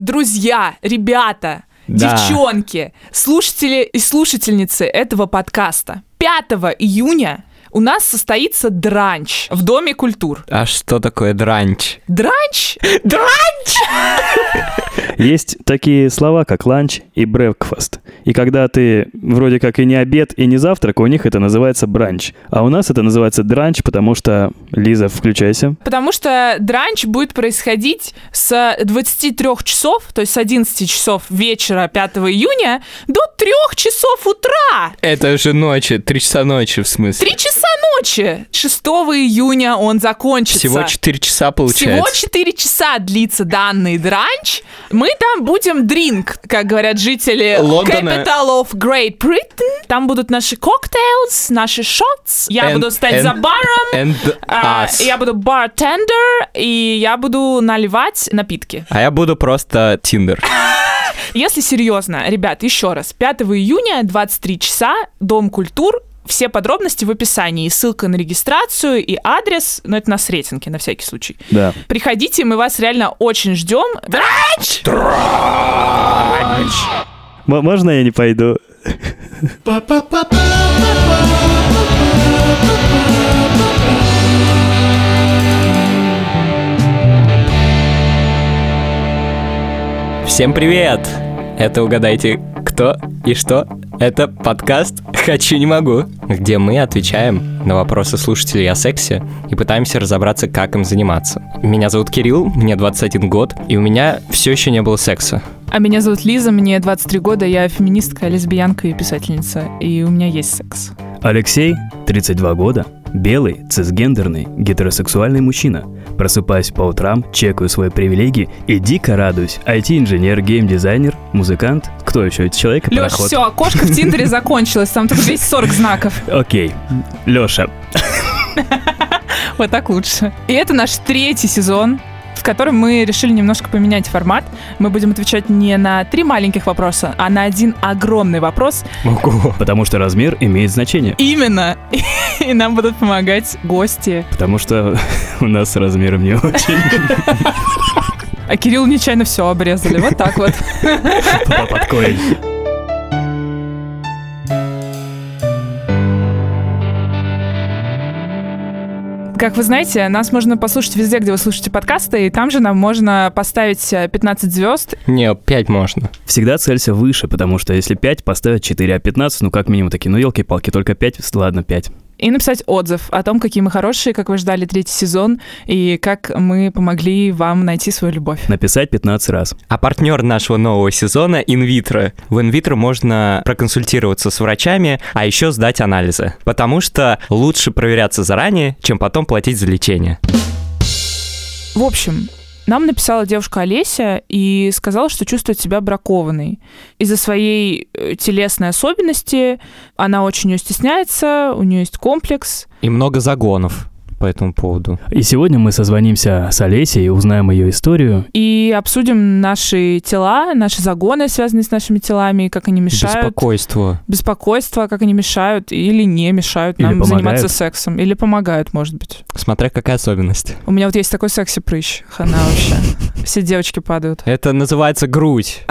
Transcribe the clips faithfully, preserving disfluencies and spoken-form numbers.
Друзья, ребята, да. девчонки, слушатели и слушательницы этого подкаста. пятого июня у нас состоится дранч в Доме культур. А что такое дранч? Дранч? Дранч! Есть такие слова, как ланч и брекфаст. И когда ты вроде как и не обед, и не завтрак, у них это называется бранч. А у нас это называется дранч, потому что... Лиза, включайся. Потому что дранч будет происходить с двадцати трёх часов, то есть с одиннадцати часов вечера пятого июня до трёх часов утра. Это же ночи, три часа ночи в смысле. Три часа ночи. шестого июня он закончится. Всего четыре часа получается. Всего четыре часа длится данный дранч. Мы там будем drink, как говорят жители Лондона. Capital of Great Britain. Там будут наши коктейльс, наши шотс. Я And- буду стоять and- за баром. and а, us. я буду бартендер, и я буду наливать напитки. А я буду просто Тиндер. Если серьезно, ребят, еще раз. пятого июня, двадцать три часа, Дом культур. Все подробности в описании. Ссылка на регистрацию и адрес. Но это на Сретенке, на всякий случай. Да. Приходите, мы вас реально очень ждем. Дранч! Дранч! М- можно я не пойду? Всем привет! Это угадайте, кто и что. Это подкаст «Хочу, не могу», где мы отвечаем на вопросы слушателей о сексе и пытаемся разобраться, как им заниматься. Меня зовут Кирилл, мне двадцать один год, и у меня все еще не было секса. А меня зовут Лиза, мне двадцать три года, я феминистка, лесбиянка и писательница, и у меня есть секс. Алексей, тридцать два года, белый, цисгендерный, гетеросексуальный мужчина. Просыпаюсь по утрам, чекаю свои привилегии и дико радуюсь. ай ти-инженер, гейм-дизайнер, музыкант. Кто еще? Человек и Лёш, пароход. все, окошко в Тиндере закончилось, там только двести сорок знаков. Окей. Лёша. Вот так лучше. И это наш третий сезон, в котором мы решили немножко поменять формат. Мы будем отвечать не на три маленьких вопроса, а на один огромный вопрос. Ого. Потому что размер имеет значение. Именно. И нам будут помогать гости. Потому что у нас с размером не очень. А Кирилл нечаянно все обрезали. Вот так вот. Под корень. Как вы знаете, нас можно послушать везде, где вы слушаете подкасты, и там же нам можно поставить пятнадцать звезд. Не, пять можно. Всегда целься выше, потому что если пять, поставят четыре, а пятнадцать, ну как минимум такие, ну елки-палки, только пять, ладно, пять. И написать отзыв о том, какие мы хорошие, как вы ждали третий сезон, и как мы помогли вам найти свою любовь. Написать пятнадцать раз. А партнер нашего нового сезона — Инвитро. В Инвитро можно проконсультироваться с врачами, а еще сдать анализы. Потому что лучше проверяться заранее, чем потом платить за лечение. В общем, нам написала девушка Олеся и сказала, что чувствует себя бракованной. Из-за своей телесной особенности она очень ее стесняется, у нее есть комплекс. И много загонов по этому поводу. И сегодня мы созвонимся с Олесей и узнаем ее историю. И обсудим наши тела, наши загоны, связанные с нашими телами, как они мешают. Беспокойство. Беспокойство, как они мешают или не мешают Или нам помогают. заниматься сексом. Или помогают, может быть. Смотря какая особенность. У меня вот есть такой секси-прыщ. Хана вообще. Все девочки падают. Это называется грудь.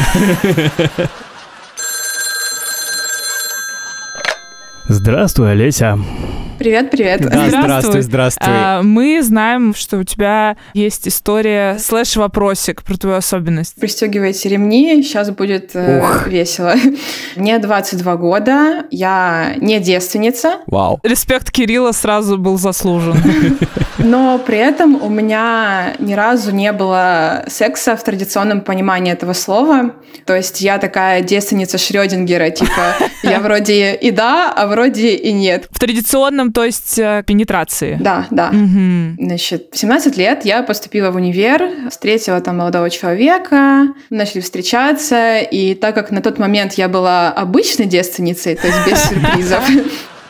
Здравствуй, Олеся. Привет, привет. Да, здравствуй, здравствуй. А, мы знаем, что у тебя есть история слэш-вопросик про твою особенность. Пристегивайте ремни, сейчас будет э, весело. Мне двадцать два года, я не девственница, Вау. Респект Кирилла сразу был заслужен. но при этом у меня ни разу не было секса в традиционном понимании этого слова. То есть я такая девственница Шрёдингера, типа я вроде и да, а вроде и нет. В традиционном, то есть э, пенетрации. Да, да. Мгм. Значит, в семнадцать лет я поступила в универ, встретила там молодого человека, начали встречаться, и так как на тот момент я была обычной девственницей, то есть без сюрпризов,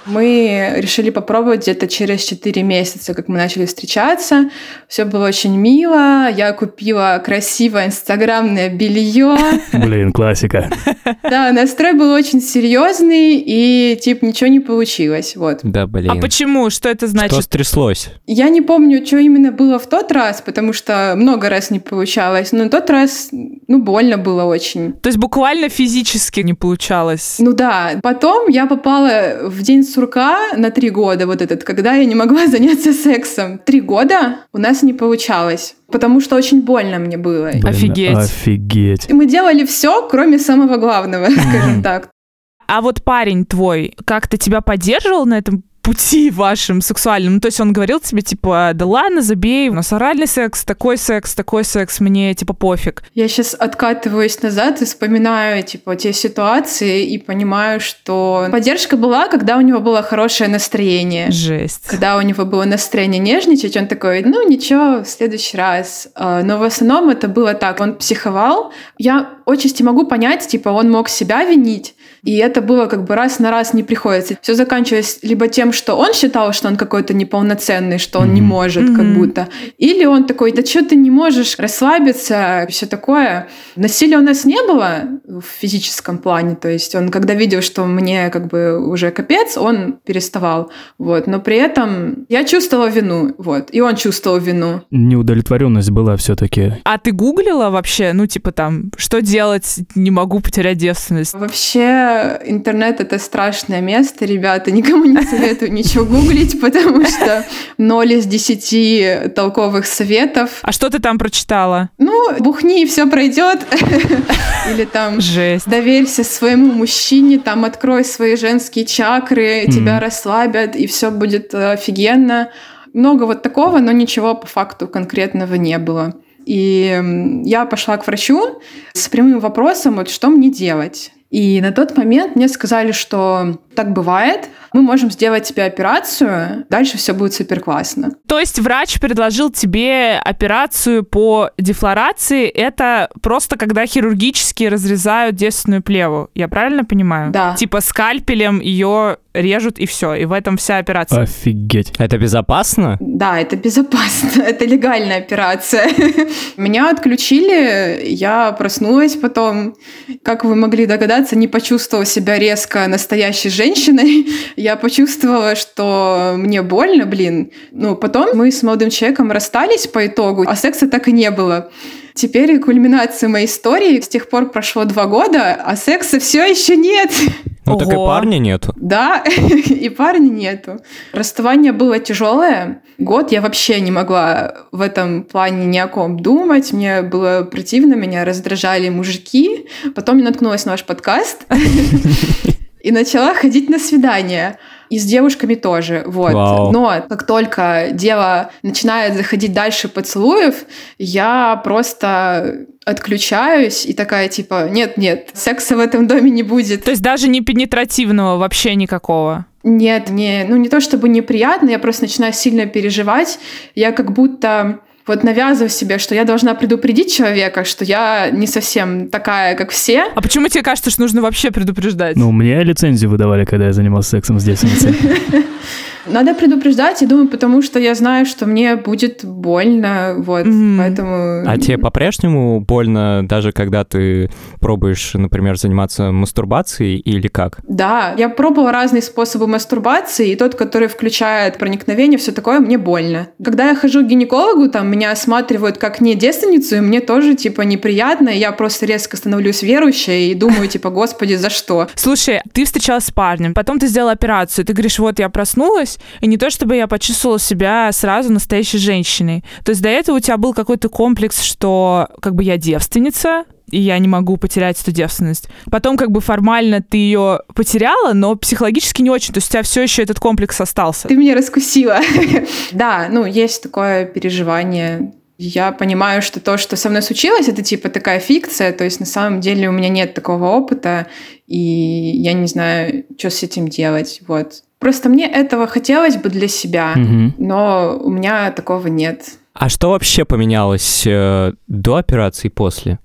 Мы решили попробовать где-то через четыре месяца, как мы начали встречаться. Все было очень мило. Я купила красивое инстаграмное белье. Блин, классика. Да, настрой был очень серьезный, и типа ничего не получилось. Вот. Да, блин. А почему? Что это значит? Что стряслось? Я не помню, что именно было в тот раз, потому что много раз не получалось. Но тот раз, ну, больно было очень. То есть буквально физически не получалось? Ну да. Потом я попала в день сурка на три года, вот этот, когда я не могла заняться сексом. Три года у нас не получалось, потому что очень больно мне было. Блин, офигеть. Офигеть. И мы делали все, кроме самого главного, скажем так. А вот парень твой как-то тебя поддерживал на этом пути вашим сексуальным? Ну, то есть он говорил тебе, типа, да ладно, забей, у нас оральный секс, такой секс, такой секс, мне, типа, пофиг. Я сейчас откатываюсь назад и вспоминаю, типа, те ситуации и понимаю, что поддержка была, когда у него было хорошее настроение. Жесть. Когда у него было настроение нежничать, он такой, ну, ничего, в следующий раз. Но в основном это было так, он психовал. Я отчасти могу понять, типа, он мог себя винить, и это было как бы раз на раз не приходится. Все заканчивалось либо тем, что он считал, что он какой-то неполноценный, что он mm-hmm. не может, mm-hmm. как будто. Или он такой, да что ты не можешь расслабиться, все такое. Насилия у нас не было в физическом плане, то есть он, когда видел, что мне как бы уже капец, он переставал. Вот. Но при этом я чувствовала вину, вот, и он чувствовал вину. Неудовлетворенность была все-таки. А ты гуглила вообще, ну, типа там, что делать, не могу потерять девственность? Вообще интернет — это страшное место, ребята, никому не советую ничего гуглить, потому что ноль из десяти толковых советов. А что ты там прочитала? Ну, бухни, и все пройдет. Или там Жесть. доверься своему мужчине, там открой свои женские чакры, тебя расслабят, и все будет офигенно. Много вот такого, но ничего по факту конкретного не было. И я пошла к врачу с прямым вопросом, вот что мне делать. И на тот момент мне сказали, что так бывает, мы можем сделать тебе операцию, дальше все будет супер классно. То есть врач предложил тебе операцию по дефлорации, это просто когда хирургически разрезают девственную плеву, я правильно понимаю? Да. Типа скальпелем ее режут и все, и в этом вся операция. Офигеть. Это безопасно? Да, это безопасно, это легальная операция. Меня отключили, я проснулась потом, как вы могли догадаться, не почувствовала себя резко настоящей женщиной. Я почувствовала, что мне больно, блин. Ну, потом мы с молодым человеком расстались по итогу, а секса так и не было. Теперь кульминация моей истории. С тех пор прошло два года, а секса все еще нет. Ну так и парня нету. Да, и парня нету. Расставание было тяжелое. Год я вообще не могла в этом плане ни о ком думать. Мне было противно, меня раздражали мужики. Потом я наткнулась на ваш подкаст и начала ходить на свидания. И с девушками тоже, вот. Вау. Но как только дело начинает заходить дальше поцелуев, я просто отключаюсь и такая типа, нет-нет, секса в этом доме не будет. То есть даже не пенетративного вообще никакого? Нет, не, ну не то чтобы неприятно, я просто начинаю сильно переживать. Я как будто вот навязываю себе, что я должна предупредить человека, что я не совсем такая, как все. А почему тебе кажется, что нужно вообще предупреждать? Ну, мне лицензию выдавали, когда я занимался сексом с девственницей. Надо предупреждать, я думаю, потому что я знаю, что мне будет больно, вот, mm-hmm. поэтому... А тебе по-прежнему больно, даже когда ты пробуешь, например, заниматься мастурбацией или как? Да, я пробовала разные способы мастурбации, и тот, который включает проникновение, все такое, мне больно. Когда я хожу к гинекологу, там, меня осматривают как не девственницу, и мне тоже, типа, неприятно, и я просто резко становлюсь верующей и думаю, типа, господи, за что? Слушай, ты встречалась с парнем, потом ты сделала операцию, ты говоришь, вот, я проснулась, и не то, чтобы я почувствовала себя сразу настоящей женщиной. То есть до этого у тебя был какой-то комплекс, что как бы я девственница, и я не могу потерять эту девственность. Потом как бы формально ты ее потеряла, но психологически не очень. То есть у тебя все еще этот комплекс остался. Ты меня раскусила. Да, ну, есть такое переживание. Я понимаю, что то, что со мной случилось, это типа такая фикция, то есть на самом деле у меня нет такого опыта, и я не знаю, что с этим делать, вот. Просто мне этого хотелось бы для себя, mm-hmm. но у меня такого нет. А что вообще поменялось э, до операции и после?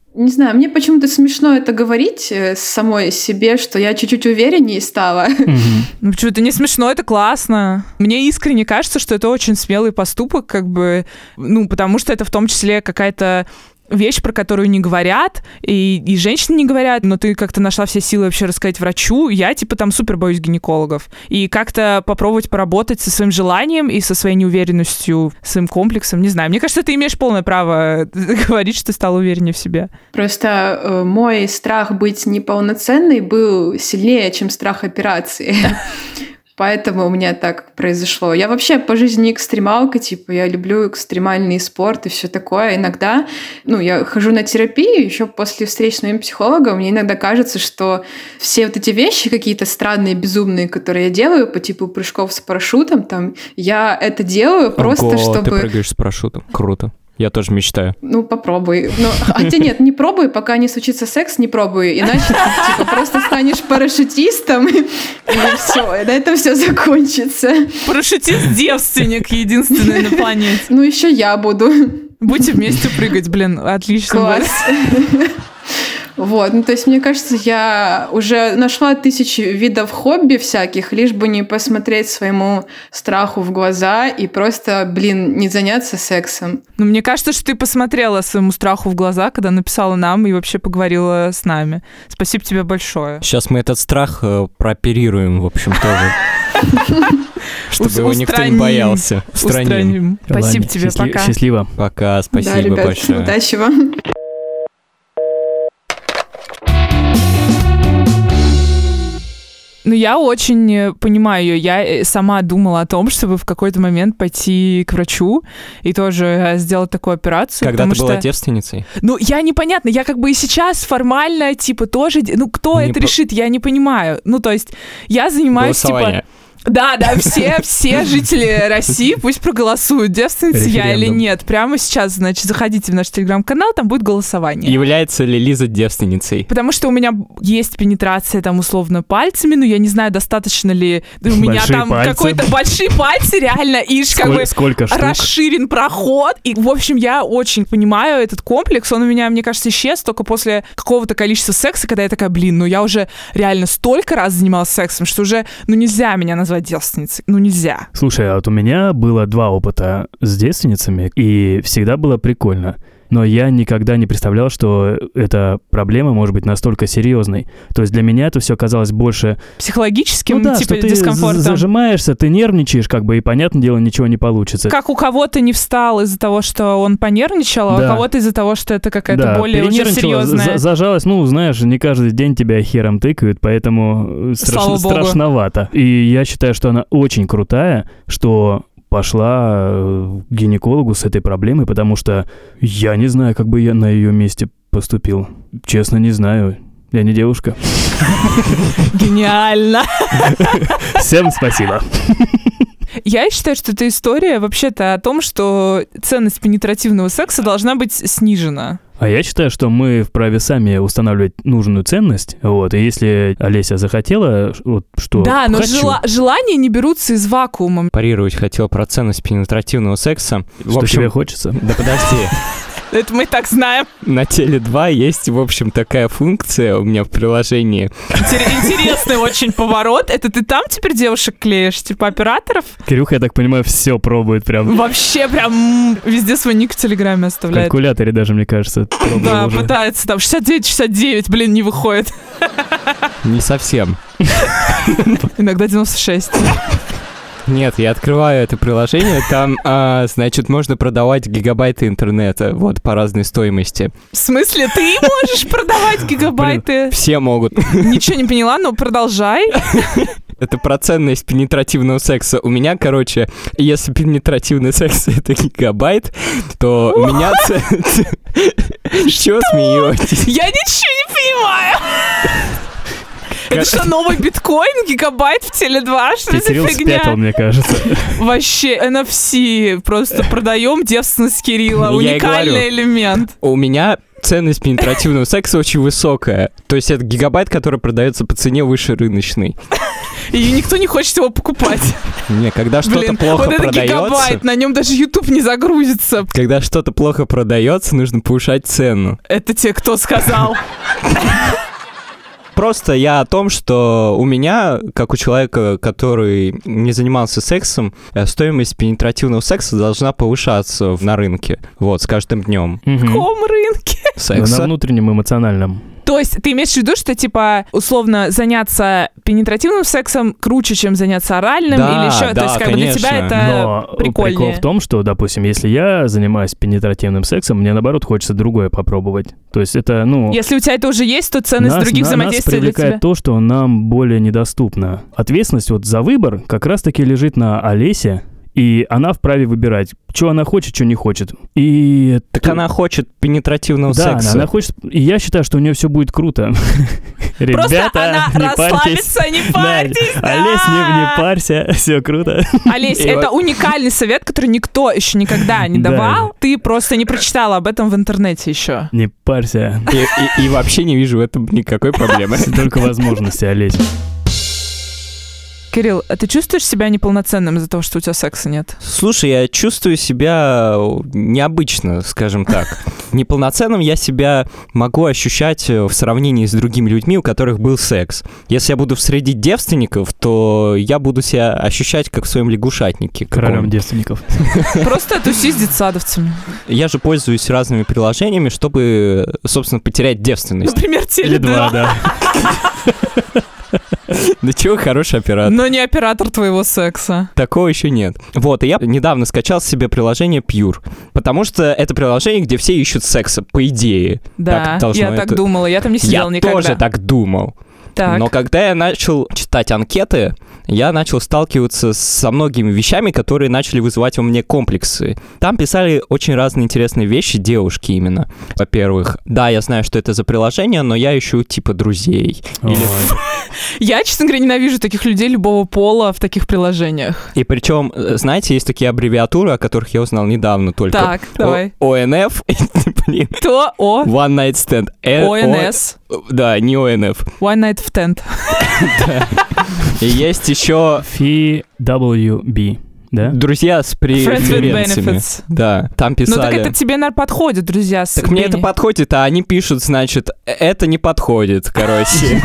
Не знаю, мне почему-то смешно это говорить самой себе, что я чуть-чуть увереннее стала. Ну почему это не смешно, это классно. Мне искренне кажется, что это очень смелый поступок, как бы, ну, потому что это в том числе какая-то вещь, про которую не говорят, и, и женщины не говорят, но ты как-то нашла все силы вообще рассказать врачу. Я, типа, там супер боюсь гинекологов. И как-то попробовать поработать со своим желанием и со своей неуверенностью, своим комплексом, не знаю. Мне кажется, ты имеешь полное право говорить, что ты стала увереннее в себе. Просто э, мой страх быть неполноценной был сильнее, чем страх операции. Поэтому у меня так произошло. Я вообще по жизни экстремалка, типа, я люблю экстремальный спорт и все такое. Иногда, ну, я хожу на терапию, еще после встреч с моим психологом, мне иногда кажется, что все вот эти вещи какие-то странные, безумные, которые я делаю, по типу прыжков с парашютом, там, я это делаю просто, Ого, чтобы... ты прыгаешь с парашютом. Круто. Я тоже мечтаю. Ну, попробуй. Но, хотя нет, не пробуй, пока не случится секс, не пробуй. Иначе ты, типа, просто станешь парашютистом, и, и все, и на этом все закончится. Парашютист-девственник единственный на планете. Ну, еще я буду. Будете вместе прыгать, блин, отлично. Класс. Вот, ну, то есть, мне кажется, я уже нашла тысячи видов хобби всяких, лишь бы не посмотреть своему страху в глаза и просто, блин, не заняться сексом. Ну, мне кажется, что ты посмотрела своему страху в глаза, когда написала нам и вообще поговорила с нами. Спасибо тебе большое. Сейчас мы этот страх э, прооперируем, в общем, тоже. Чтобы его никто не боялся. Устраним. Спасибо тебе, пока. Счастливо. Пока, спасибо большое. Удачи вам. Ну, я очень понимаю ее. Я сама думала о том, чтобы в какой-то момент пойти к врачу и тоже сделать такую операцию. Когда ты что... была девственницей? Ну, я непонятно. Я как бы и сейчас формально, типа, тоже... Ну, кто не это по... решит, я не понимаю. Ну, то есть, я занимаюсь, типа... Да, да, все, все жители России пусть проголосуют, девственница я или нет. Прямо сейчас, значит, заходите в наш телеграм-канал, там будет голосование. Является ли Лиза девственницей? Потому что у меня есть пенетрация там условно пальцами, но я не знаю, достаточно ли у меня большие там пальцы. какой-то большие пальцы, реально, и Сколь, как бы сколько штук? расширен проход. И, в общем, я очень понимаю этот комплекс. Он у меня, мне кажется, исчез только после какого-то количества секса, когда я такая, блин, ну я уже реально столько раз занималась сексом, что уже, ну нельзя меня назвать девственницей. Ну, нельзя. Слушай, а вот у меня было два опыта с девственницами, и всегда было прикольно. Но я никогда не представлял, что эта проблема может быть настолько серьезной. То есть для меня это все казалось больше... Психологическим, ну, да, типа, что ты дискомфортом. зажимаешься, ты нервничаешь, как бы, и, понятное дело, ничего не получится. Как у кого-то не встал из-за того, что он понервничал, да. а у кого-то из-за того, что это какая-то да, более уже серьезная. Зажалась, ну, знаешь, не каждый день тебя хером тыкают, поэтому страш... страшновато. И я считаю, что она очень крутая, что... пошла к гинекологу с этой проблемой, потому что я не знаю, как бы я на ее месте поступил. Честно, не знаю. Я не девушка. Гениально. Всем спасибо. Я считаю, что эта история вообще-то о том, что ценность пенетративного секса должна быть снижена. А я считаю, что мы вправе сами устанавливать нужную ценность, вот, и если Олеся захотела, вот, что да, но хочу. жела- желания не берутся из вакуума. Парировать хотел про ценность пенетративного секса. Что в общем, тебе хочется? Да подожди. Это мы так знаем. На Теле два есть, в общем, такая функция у меня в приложении. Интересный очень поворот. Это ты там теперь девушек клеишь, типа операторов? Кирюха, я так понимаю, все пробует прям. Вообще прям везде свой ник в Телеграме оставляет. В калькуляторе даже, мне кажется, пробовал да, уже. пытается там шестьдесят девять шестьдесят девять, блин, не выходит. Не совсем. Иногда девяносто шесть. Нет, я открываю это приложение, там, а, значит, можно продавать гигабайты интернета, вот, по разной стоимости. В смысле, ты можешь продавать гигабайты? Блин, все могут. Ничего не поняла, но продолжай. Это про ценность пенетративного секса. У меня, короче, если пенетративный секс — это гигабайт, то у меня... Что смеетесь? Я ничего не понимаю. Это что, новый биткоин, гигабайт в Теле два? Что это за фигня? спятил, мне кажется. Вообще, эн эф си просто продаем девственность Кирилла. Уникальный элемент. У меня ценность пенетративного секса очень высокая. То есть это гигабайт, который продается по цене выше рыночной. И никто не хочет его покупать. Не, когда что-то Блин, плохо вот это продается... гигабайт, на нем даже YouTube не загрузится. Когда что-то плохо продается, нужно повышать цену. Это те, кто сказал. Просто я о том, что у меня, как у человека, который не занимался сексом, стоимость пенетративного секса должна повышаться на рынке. Вот, с каждым днем. В каком рынке? Секса. На внутреннем эмоциональном. То есть ты имеешь в виду, что, типа, условно, заняться пенетративным сексом круче, чем заняться оральным? Да, или еще? да, То есть, как бы для тебя конечно. это Но прикольнее. прикол в том, что, допустим, если я занимаюсь пенетративным сексом, мне, наоборот, хочется другое попробовать. То есть это, ну... Если у тебя это уже есть, то ценность нас, других на, взаимодействий нас для привлекает тебя. то, что нам более недоступно. Ответственность вот за выбор как раз-таки лежит на Олесе, и она вправе выбирать, что она хочет, что не хочет. И Так то- она хочет пенетративного да, секса. она, она хочет... И я считаю, что у нее все будет круто. Просто Ребята, она не парьтесь. расслабится, не парьтесь. Да, Олесь, не, не парься, все круто. Олесь, И это вот- уникальный совет, который никто еще никогда не Да. давал. Ты просто не прочитала об этом в интернете еще. Не парься. И, и- и вообще не вижу в этом никакой проблемы. Только возможности, Олесь. Кирилл, а ты чувствуешь себя неполноценным из-за того, что у тебя секса нет? Слушай, я чувствую себя необычно, скажем так. Неполноценным я себя могу ощущать в сравнении с другими людьми, у которых был секс. Если я буду в среде девственников, то я буду себя ощущать как в своем лягушатнике. Королем каком-то. девственников. Просто туси с детсадовцами. Я же пользуюсь разными приложениями, чтобы, собственно, потерять девственность. Например, Или два, Теле2. да. Да чего хороший оператор. Но не оператор твоего секса. Такого еще нет. Вот, и я недавно скачал себе приложение Pure, потому что это приложение, где все ищут секса, по идее. Да, Так должно я так это- думала, я там не сидела Я никогда. тоже так думал. Так. Но когда я начал читать анкеты, я начал сталкиваться со многими вещами, которые начали вызывать во мне комплексы. Там писали очень разные интересные вещи, девушки именно. Во-первых, да, я знаю, что это за приложение, но я ищу типа друзей. Или- Ой. Я, честно говоря, ненавижу таких людей любого пола в таких приложениях. И причем, э, знаете, есть такие аббревиатуры, о которых я узнал недавно только. Так, давай. О- ОНФ, блин, Кто? О. One Night Stand. Э, ОНС. О- Да, не ОНФ. One Night в Tent. И есть еще Фи дабл ю би, да? друзья с Friends with преференциями. benefits. Да, там Ну так писали. это тебе, наверное, подходит, друзья. с Так мне это Бенни. подходит, а они пишут, значит, это не подходит, короче.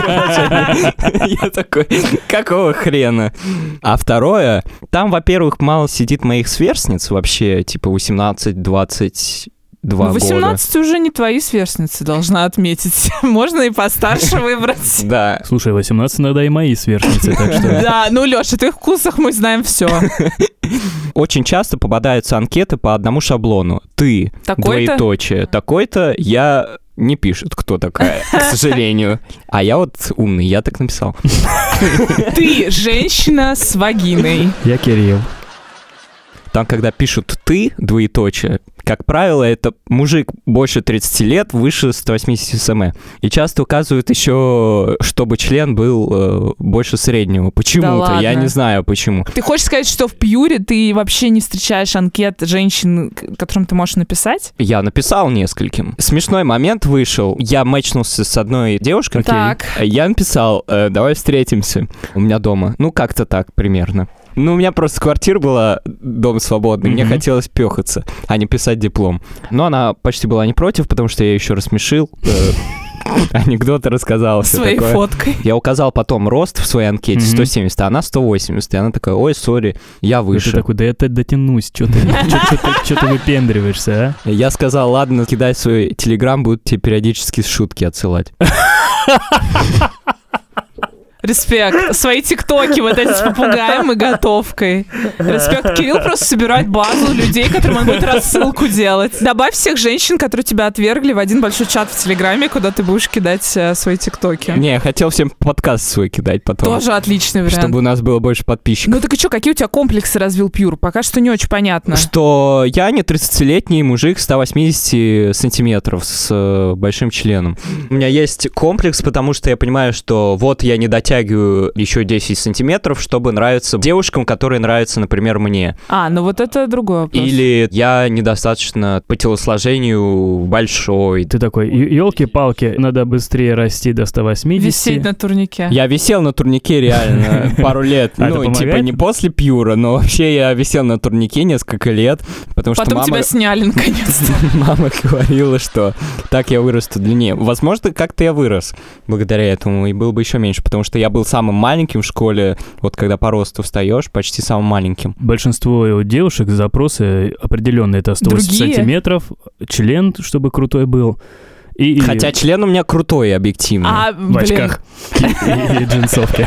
Я такой, какого хрена? А второе, там, во-первых, мало сидит моих сверстниц вообще, типа восемнадцать-двадцать два Ну, года. восемнадцать уже не твои сверстницы, должна отметить. Можно и постарше выбрать. Да. Слушай, восемнадцать иногда и мои сверстницы, так что... Да, ну, Лёш, о твоих вкусах мы знаем все. Очень часто попадаются анкеты по одному шаблону. Ты, Такой-то? двоеточие, такой-то, я... Не пишут, кто такая, к сожалению. А я вот умный, я так написал. Ты женщина с вагиной. Я Кирилл. Там, когда пишут «ты», двоеточие, как правило, это мужик больше тридцати лет, выше сто восемьдесят сантиметров. И часто указывают еще, чтобы член был э, больше среднего. Почему-то, я ладно? не знаю почему. Ты хочешь сказать, что в Пьюре ты вообще не встречаешь анкет женщин, к- которым ты можешь написать? Я написал нескольким. Смешной момент вышел. Я мэчнулся с одной девушкой. Окей. Так. Я написал, э, давай встретимся у меня дома. Ну, как-то так примерно. Ну, у меня просто квартира была, дом свободный, мне Мгм. хотелось пёхаться, а не писать диплом. Но она почти была не против, потому что я еще рассмешил, э, анекдоты рассказал, все Своей такое. фоткой. Я указал потом рост в своей анкете Мгм. сто семьдесят, а она сто восемьдесят. И она такая, ой, сори, я И ты выше. такой, да я дотянусь, что ты, чё- чё ты- чё ты выпендриваешься, а? Я сказал, ладно, кидай свой телеграм, будут тебе периодически шутки отсылать. Респект. Свои тиктоки вот эти с попугаем и готовкой. Респект. Кирилл просто собирает базу людей, которым он будет рассылку делать. Добавь всех женщин, которые тебя отвергли, в один большой чат в Телеграме, куда ты будешь кидать э, свои тиктоки. Не, я хотел всем подкаст свой кидать потом. Тоже отличный вариант. Чтобы у нас было больше подписчиков. Ну так и что, какие у тебя комплексы развил Пьюр? Пока что не очень понятно. Что я не тридцатилетний мужик сто восемьдесят сантиметров с э, большим членом. У меня есть комплекс, потому что я понимаю, что вот я не дотягиваю подтягиваю еще десять сантиметров, чтобы нравиться девушкам, которые нравятся, например, мне. А, ну вот это другой вопрос. Или я недостаточно по телосложению большой. Ты такой, елки-палки, надо быстрее расти до ста восьмидесяти. Висеть на турнике. Я висел на турнике реально пару лет. А Ну, типа не после пьюра, но вообще я висел на турнике несколько лет, потому что Потом мама... тебя сняли наконец-то. Мама говорила, что так я вырасту длиннее. Возможно, как-то я вырос благодаря этому, и был бы еще меньше, потому что я был самым маленьким в школе, вот когда по росту встаешь, почти самым маленьким. Большинство девушек запросы определенные, это сто восемьдесят Другие? сантиметров, член, чтобы крутой был. И, Хотя и... член у меня крутой, объективно. А, в блин. очках и, и джинсовке.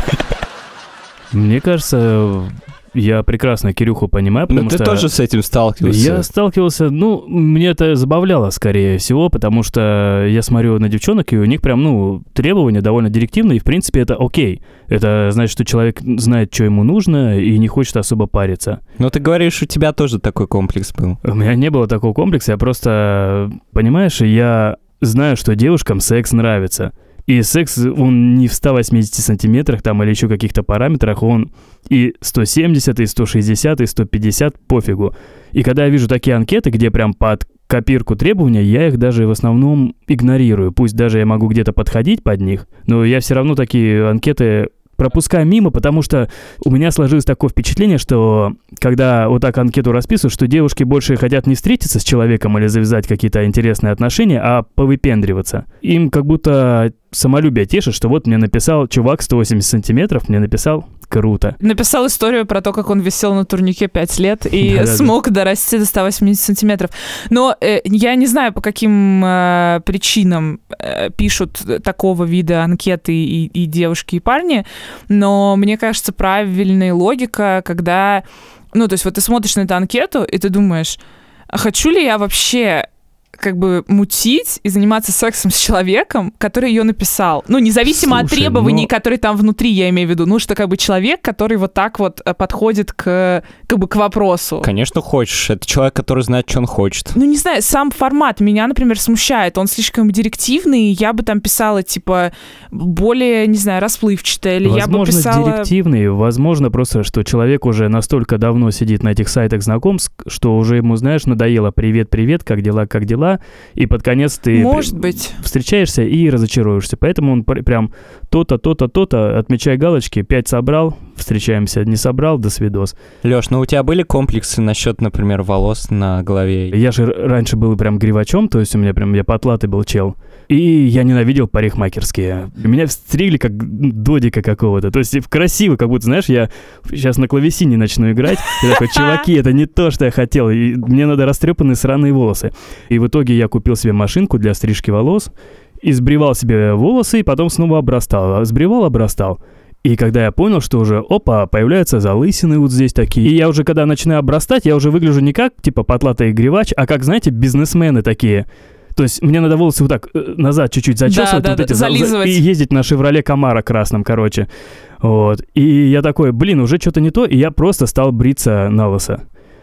Мне кажется, я прекрасно Кирюху понимаю, потому Ну, ты что... тоже с этим сталкивался? Я сталкивался, ну, мне это забавляло, скорее всего, потому что я смотрю на девчонок, и у них прям, ну, требования довольно директивные, и, в принципе, это окей. Это значит, что человек знает, что ему нужно, и не хочет особо париться. Ну, ты говоришь, у тебя тоже такой комплекс был. У меня не было такого комплекса, я просто, понимаешь, я знаю, что девушкам секс нравится. И секс, он не в ста восьмидесяти сантиметрах там или еще каких-то параметрах, он и сто семьдесят, и сто шестьдесят, и сто пятьдесят, пофигу. И когда я вижу такие анкеты, где прям под копирку требования, я их даже в основном игнорирую. Пусть даже я могу где-то подходить под них, но я все равно такие анкеты пропускаю мимо, потому что у меня сложилось такое впечатление, что когда вот так анкету расписывают, что девушки больше хотят не встретиться с человеком или завязать какие-то интересные отношения, а повыпендриваться. Им как будто самолюбие тешит, что вот мне написал чувак сто восемьдесят сантиметров, мне написал круто. Написал историю про то, как он висел на турнике пять лет и Да-да-да. смог дорасти до ста восьмидесяти сантиметров. Но э, я не знаю, по каким э, причинам э, пишут такого вида анкеты и, и девушки, и парни, но мне кажется, правильная логика, когда... Ну, то есть вот ты смотришь на эту анкету, и ты думаешь, а хочу ли я вообще как бы мутить и заниматься сексом с человеком, который ее написал. Ну, независимо от Слушай, требований, но- которые там внутри, я имею в виду. Ну, что как бы человек, который вот так вот э, подходит к, как бы к вопросу. Конечно, хочешь. Это человек, который знает, что он хочет. Ну, не знаю, сам формат меня, например, смущает. Он слишком директивный, я бы там писала, типа, более, не знаю, расплывчатое, или я бы Возможно, писала... директивный, возможно, просто, что человек уже настолько давно сидит на этих сайтах знакомств, что уже ему, знаешь, надоело «привет-привет, как дела, как дела», и под конец ты Может при- быть. встречаешься и разочаруешься. Поэтому он пр- прям то-то, то-то, то-то, отмечай галочки, пять собрал, встречаемся, не собрал, до свидос. Лёш, ну у тебя были комплексы насчет, например, волос на голове? Я же р- раньше был прям гривачом, то есть у меня прям, я потлатый был чел. И я ненавидел парикмахерские. Меня стригли как додика какого-то. То есть красиво, как будто, знаешь, я сейчас на клавесине начну играть. Я такой, чуваки, это не то, что я хотел. И мне надо растрепанные сраные волосы. И в итоге я купил себе машинку для стрижки волос, и сбривал себе волосы, и потом снова обрастал. Сбривал, обрастал. И когда я понял, что уже, опа, появляются залысины вот здесь такие. И я уже, когда начинаю обрастать, я уже выгляжу не как, типа, потлатый гривач, а как, знаете, бизнесмены такие. То есть мне надо волосы вот так э, назад чуть-чуть зачесывать, Да, вот да, эти, да, за- за- зализывать. и ездить на «Шевроле Камаро» красном, короче. Вот. И я такой, блин, уже что-то не то, и я просто стал бриться на лысо.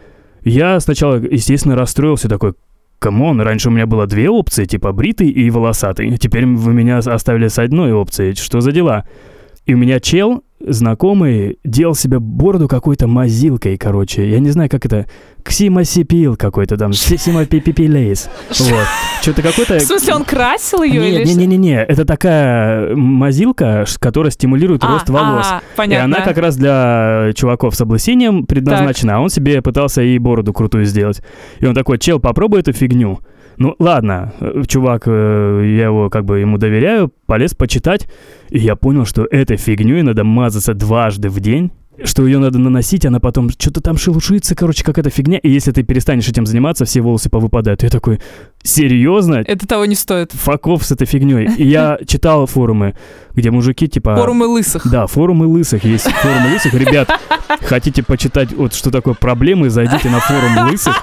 Я сначала, естественно, расстроился, такой, камон, раньше у меня было две опции, типа бритый и волосатый. Теперь вы меня оставили с одной опцией. Что за дела? И у меня чел, знакомый, делал себе бороду какой-то мазилкой, короче. Я не знаю, как это... Ксимосипил какой-то там. Ксимопипипилейс. Вот. Что-то какой-то... В смысле, он красил ее или Нет, что? не-не-не, это такая мазилка, ш- которая стимулирует А, рост волос. а, И понятно. она как раз для чуваков с облысением предназначена, а он себе пытался и бороду крутую сделать. И он такой, чел, попробуй эту фигню. Ну, ладно, э, чувак, э, я его как бы ему доверяю, полез почитать, и я понял, что этой фигней надо мазаться дважды в день, что ее надо наносить, она потом что-то там шелушится, короче, какая-то фигня, и если ты перестанешь этим заниматься, все волосы повыпадают. Я такой, серьезно? Это того не стоит. Факов с этой фигней. И я читал форумы, где мужики типа... Форумы лысых. Да, форумы лысых. Есть форумы лысых. Ребят, хотите почитать, вот что такое проблемы, зайдите на форум лысых.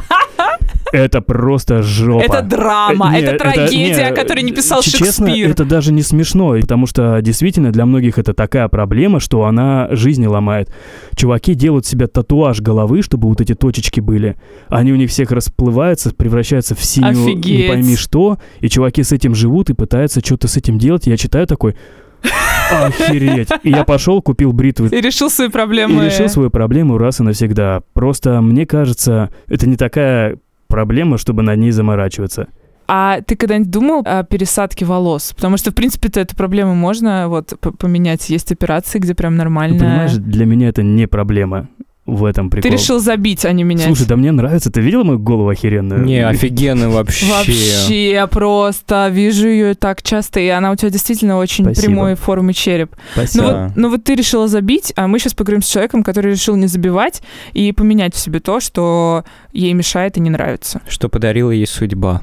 Это просто жопа. Это драма, Э, это не, трагедия, не, о которой не писал ч- честно, Шекспир. это даже не смешно, потому что действительно для многих это такая проблема, что она жизни ломает. Чуваки делают себе татуаж головы, чтобы вот эти точечки были. Они у них всех расплываются, превращаются в синюю, не Офигеть. пойми что, и чуваки с этим живут и пытаются что-то с этим делать. Я читаю такой... Охереть. И я пошел, купил бритву. И решил свои проблемы. И решил свою проблему раз и навсегда. Просто, мне кажется, это не такая проблема, чтобы над ней заморачиваться. А ты когда-нибудь думал о пересадке волос? Потому что, в принципе-то, эту проблему можно вот поменять. Есть операции, где прям нормально... Ты понимаешь, для меня это не проблема. В этом прикол. Ты решил забить, а не менять. Слушай, да мне нравится. Ты видел мою голову охеренную? Не, офигенно вообще. Вообще просто. Вижу ее так часто, и она у тебя действительно очень Спасибо. прямой формы череп. Спасибо. Ну вот, ну вот ты решила забить, а мы сейчас поговорим с человеком, который решил не забивать и поменять в себе то, что ей мешает и не нравится. Что подарила ей судьба.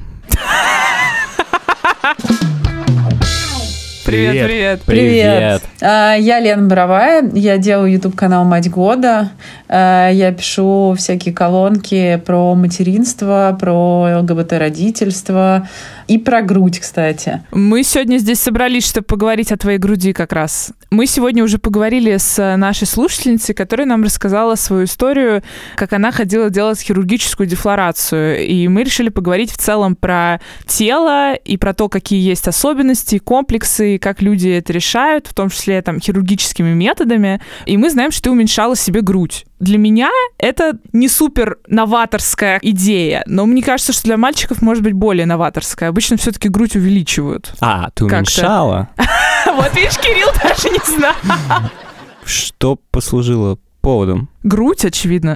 Привет, Привет. привет. Привет. А, Я Лена Боровая, я делаю YouTube-канал «Мать года». А, Я пишу всякие колонки про материнство, про ЛГБТ-родительство и про грудь, кстати. Мы сегодня здесь собрались, чтобы поговорить о твоей груди как раз. Мы сегодня уже поговорили с нашей слушательницей, которая нам рассказала свою историю, как она ходила делать хирургическую дефлорацию. И мы решили поговорить в целом про тело и про то, какие есть особенности, комплексы, и как люди это решают, в том числе там хирургическими методами. И мы знаем, что ты уменьшала себе грудь. Для меня это не супер новаторская идея, но мне кажется, что для мальчиков может быть более новаторская. Обычно все-таки грудь увеличивают. А, ты Как-то. уменьшала? Вот видишь, Кирилл даже не знал. Что послужило поводом? Грудь, очевидно.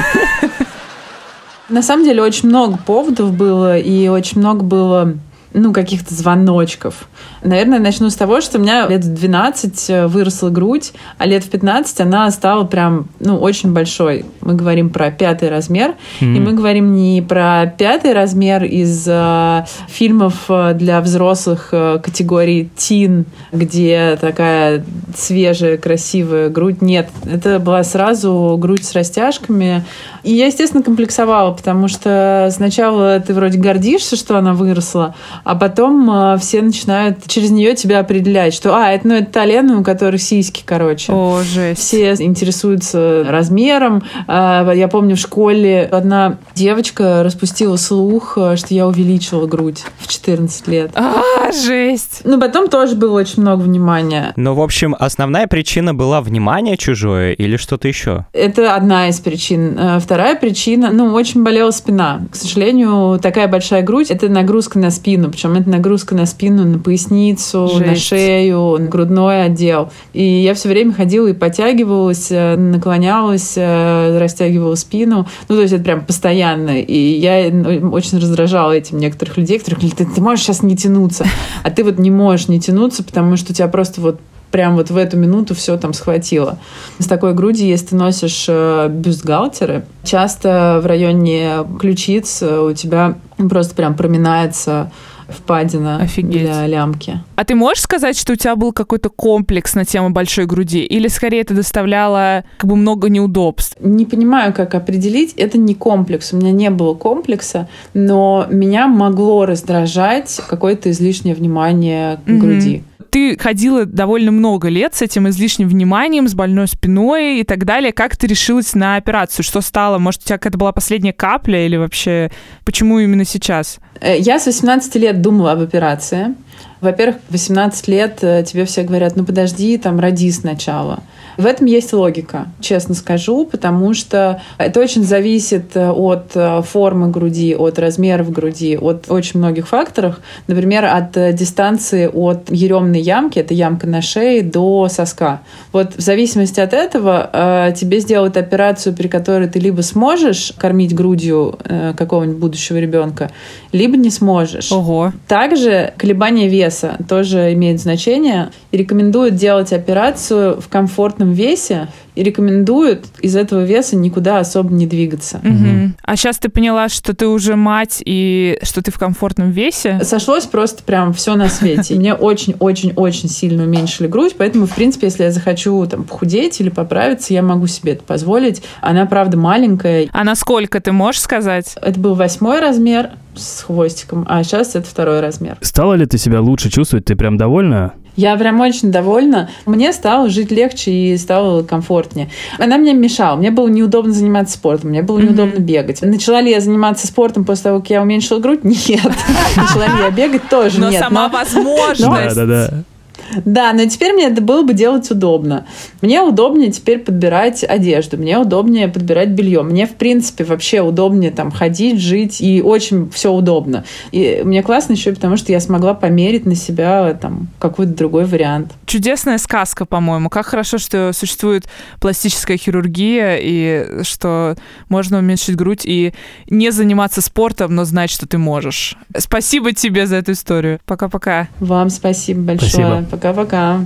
На самом деле очень много поводов было, и очень много было ну, каких-то звоночков. Наверное, начну с того, что у меня лет в двенадцать выросла грудь, а лет в пятнадцать она стала прям, ну, очень большой. Мы говорим про пятый размер, mm-hmm. и мы говорим не про пятый размер из э, фильмов для взрослых э, категории тин, где такая свежая, красивая грудь. Нет, это была сразу грудь с растяжками. И я, естественно, комплексовала, потому что сначала ты вроде гордишься, что она выросла, а потом э, все начинают через нее тебя определять, что а, это, ну, это та Лена, у которой сиськи, короче. О, жесть. Все интересуются размером. Э, я помню, в школе одна девочка распустила слух, что я увеличила грудь в четырнадцать лет. А, жесть. Ну, потом тоже было очень много внимания. Ну, в общем, основная причина была внимание чужое или что-то еще? Это одна из причин. Вторая причина, ну, очень болела спина. К сожалению, такая большая грудь — это нагрузка на спину. Причем это нагрузка на спину, на поясницу, Жесть. на шею, на грудной отдел. И я все время ходила и подтягивалась, наклонялась, растягивала спину. Ну, то есть это прям постоянно. И я очень раздражала этим некоторых людей, которые говорят: ты, ты можешь сейчас не тянуться. А ты вот не можешь не тянуться, потому что у тебя просто вот прям вот в эту минуту все там схватило. С такой грудью, если ты носишь бюстгальтеры, часто в районе ключиц у тебя просто прям проминается впадина. Офигеть. Для лямки. А ты можешь сказать, что у тебя был какой-то комплекс на тему большой груди? Или скорее это доставляло как бы много неудобств? Не понимаю, как определить. Это не комплекс. У меня не было комплекса, но меня могло раздражать какое-то излишнее внимание к mm-hmm. груди. Ты ходила довольно много лет с этим излишним вниманием, с больной спиной и так далее. Как ты решилась на операцию? Что стало? Может, у тебя какая-то была последняя капля или вообще почему именно сейчас? Я с восемнадцати лет думала об операции. Во-первых, в восемнадцать лет тебе все говорят: ну подожди, там роди сначала. В этом есть логика, честно скажу, потому что это очень зависит от формы груди, от размеров груди, от очень многих факторов. Например, от дистанции от еремной ямки, это ямка на шее, до соска. Вот в зависимости от этого тебе сделают операцию, при которой ты либо сможешь кормить грудью какого-нибудь будущего ребенка, либо не сможешь. Ого. Также колебания веса тоже имеет значение. И рекомендуют делать операцию в комфортном весе и рекомендуют из этого веса никуда особо не двигаться. Угу. А сейчас ты поняла, что ты уже мать и что ты в комфортном весе? Сошлось просто прям все на свете. Мне очень-очень-очень сильно уменьшили грудь, поэтому, в принципе, если я захочу там похудеть или поправиться, я могу себе это позволить. Она, правда, маленькая. А насколько, ты можешь сказать? Это был восьмой размер с хвостиком, а сейчас это второй размер. Стала ли ты себя лучше чувствовать? Ты прям довольна? Я прям очень довольна. Мне стало жить легче и стало комфортнее. Она мне мешала. Мне было неудобно заниматься спортом. Мне было mm-hmm. неудобно бегать. Начала ли я заниматься спортом после того, как я уменьшила грудь? Нет. Начала ли я бегать? Тоже нет. Но сама возможность. Да-да-да. Да, но теперь мне это было бы делать удобно. Мне удобнее теперь подбирать одежду, мне удобнее подбирать белье. Мне, в принципе, вообще удобнее там ходить, жить, и очень все удобно. И мне классно еще и потому, что я смогла померить на себя там какой-то другой вариант. Чудесная сказка, по-моему. Как хорошо, что существует пластическая хирургия, и что можно уменьшить грудь и не заниматься спортом, но знать, что ты можешь. Спасибо тебе за эту историю. Пока-пока. Вам спасибо большое. Спасибо. Пока-пока.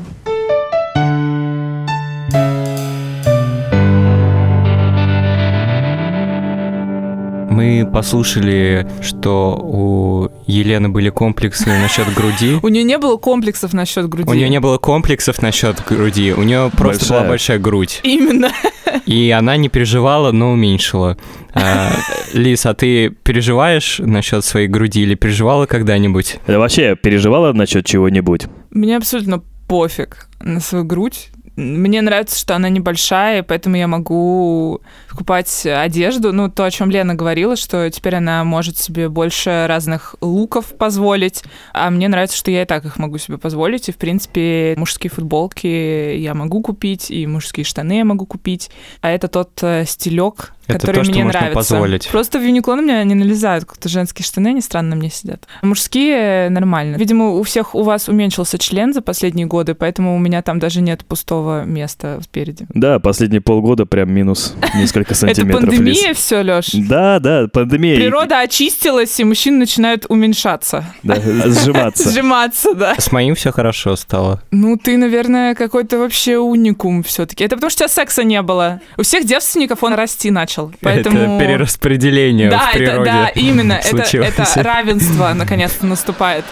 Мы послушали, что у Елены были комплексы насчет груди. У нее не было комплексов насчет груди. У нее не было комплексов насчет груди, у нее просто Большая. была большая грудь. Именно. И она не переживала, но уменьшила. А, Лиз, а ты переживаешь насчет своей груди или переживала когда-нибудь? Ты вообще переживала насчет чего-нибудь? Мне абсолютно пофиг на свою грудь. Мне нравится, что она небольшая, поэтому я могу покупать одежду. Ну, то, о чем Лена говорила, что теперь она может себе больше разных луков позволить. А мне нравится, что я и так их могу себе позволить. И, в принципе, мужские футболки я могу купить, и мужские штаны я могу купить. А это тот э, стилек, Это который то, что мне можно нравится. позволить. Просто в Юникло на меня не налезают. Как-то женские штаны, они странно на мне сидят. А мужские нормально. Видимо, у всех у вас уменьшился член за последние годы, поэтому у меня там даже нет пустого места спереди. Да, последние полгода прям минус несколько Это сантиметров. пандемия Лиз. все, Лёш? Да, да, пандемия. Природа очистилась, и мужчины начинают уменьшаться. Да, сжиматься. Сжиматься, да. С моим все хорошо стало. Ну, ты, наверное, какой-то вообще уникум все-таки. Это потому что у тебя секса не было. У всех девственников он расти начал. Поэтому... Это перераспределение да, в природе. это, да, именно. Это, случилось. это равенство наконец-то наступает.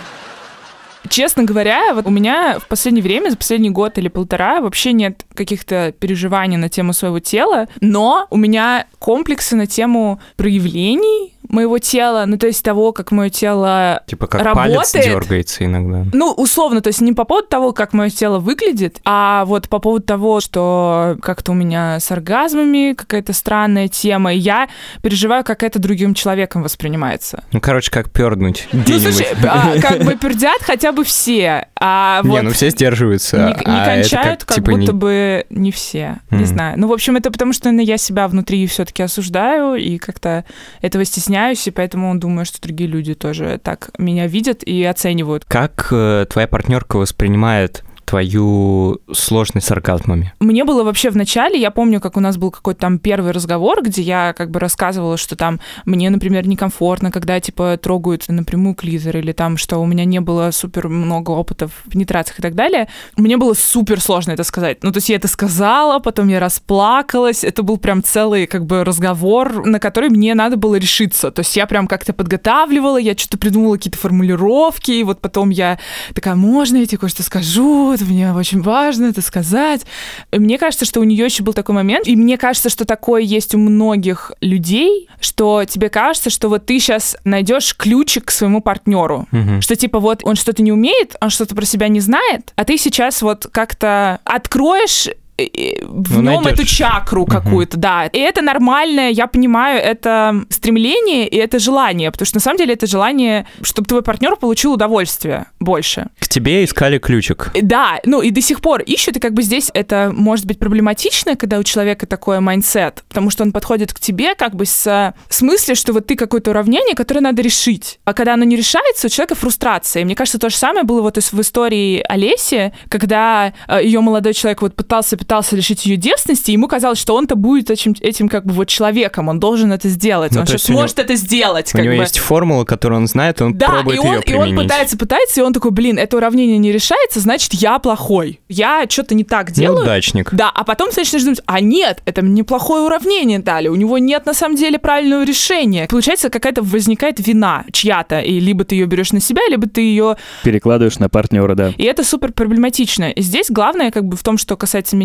Честно говоря, вот у меня в последнее время, за последний год или полтора, вообще нет каких-то переживаний на тему своего тела, но у меня комплексы на тему проявлений моего тела, ну, то есть того, как мое тело Типа как работает. палец дергается иногда. Ну, условно, то есть не по поводу того, как мое тело выглядит, а вот по поводу того, что как-то у меня с оргазмами какая-то странная тема, и я переживаю, как это другим человеком воспринимается. Ну, короче, как перднуть Ну, где-нибудь. слушай, а, как бы пердят хотя бы все, а вот... Не, ну все сдерживаются. Не, не а это кончают, как, типа, будто не- бы не все. Не Мгм. знаю. Ну, в общем, это потому, что наверное, я себя внутри все-таки осуждаю и как-то этого стесняюсь, и поэтому думаю, что другие люди тоже так меня видят и оценивают. Как э, твоя партнерка воспринимает твою сложность с оргазмами? Мне было вообще в начале, я помню, как у нас был какой-то там первый разговор, где я как бы рассказывала, что там мне, например, некомфортно, когда, типа, трогают напрямую клитор, или там, что у меня не было супер много опыта в пенетрациях и так далее. Мне было супер сложно это сказать. Ну, то есть я это сказала, потом я расплакалась, это был прям целый, как бы, разговор, на который мне надо было решиться. То есть я прям как-то подготавливала, я что-то придумала, какие-то формулировки, и вот потом я такая, можно я тебе кое-что скажу? Это мне очень важно это сказать. Мне кажется, что у нее еще был такой момент, и мне кажется, что такое есть у многих людей, что тебе кажется, что вот ты сейчас найдешь ключик к своему партнеру, Мгм. что типа вот он что-то не умеет, он что-то про себя не знает, а ты сейчас вот как-то откроешь э, в Ну, нем найдёшь. эту чакру какую-то, да. И это нормальное, я понимаю, это стремление и это желание, потому что на самом деле это желание, чтобы твой партнер получил удовольствие больше. К тебе искали ключик. Да, ну и до сих пор ищут, и как бы здесь это может быть проблематично, когда у человека такой майндсет, потому что он подходит к тебе как бы с, с мыслью, что вот ты какое-то уравнение, которое надо решить. А когда оно не решается, у человека фрустрация. И мне кажется, то же самое было вот в истории Олеси, когда ее молодой человек вот пытался пытался лишить ее девственности, и ему казалось, что он-то будет этим, этим как бы вот человеком, он должен это сделать, Ну, он то сейчас есть у него- может это сделать. У как него бы. есть формула, которую он знает, и он Да, пробует и он, ее и он применить. пытается, пытается, и он такой, блин, это уравнение не решается, значит, я плохой. Я что-то не так делаю. Неудачник. Да, а потом ты начинаешь думать, а нет, это неплохое уравнение дали, у него нет на самом деле правильного решения. Получается, какая-то возникает вина чья-то, и либо ты ее берешь на себя, либо ты ее... Перекладываешь на партнера, да. И это супер проблематично. И здесь главное, как бы в том, что касается меня,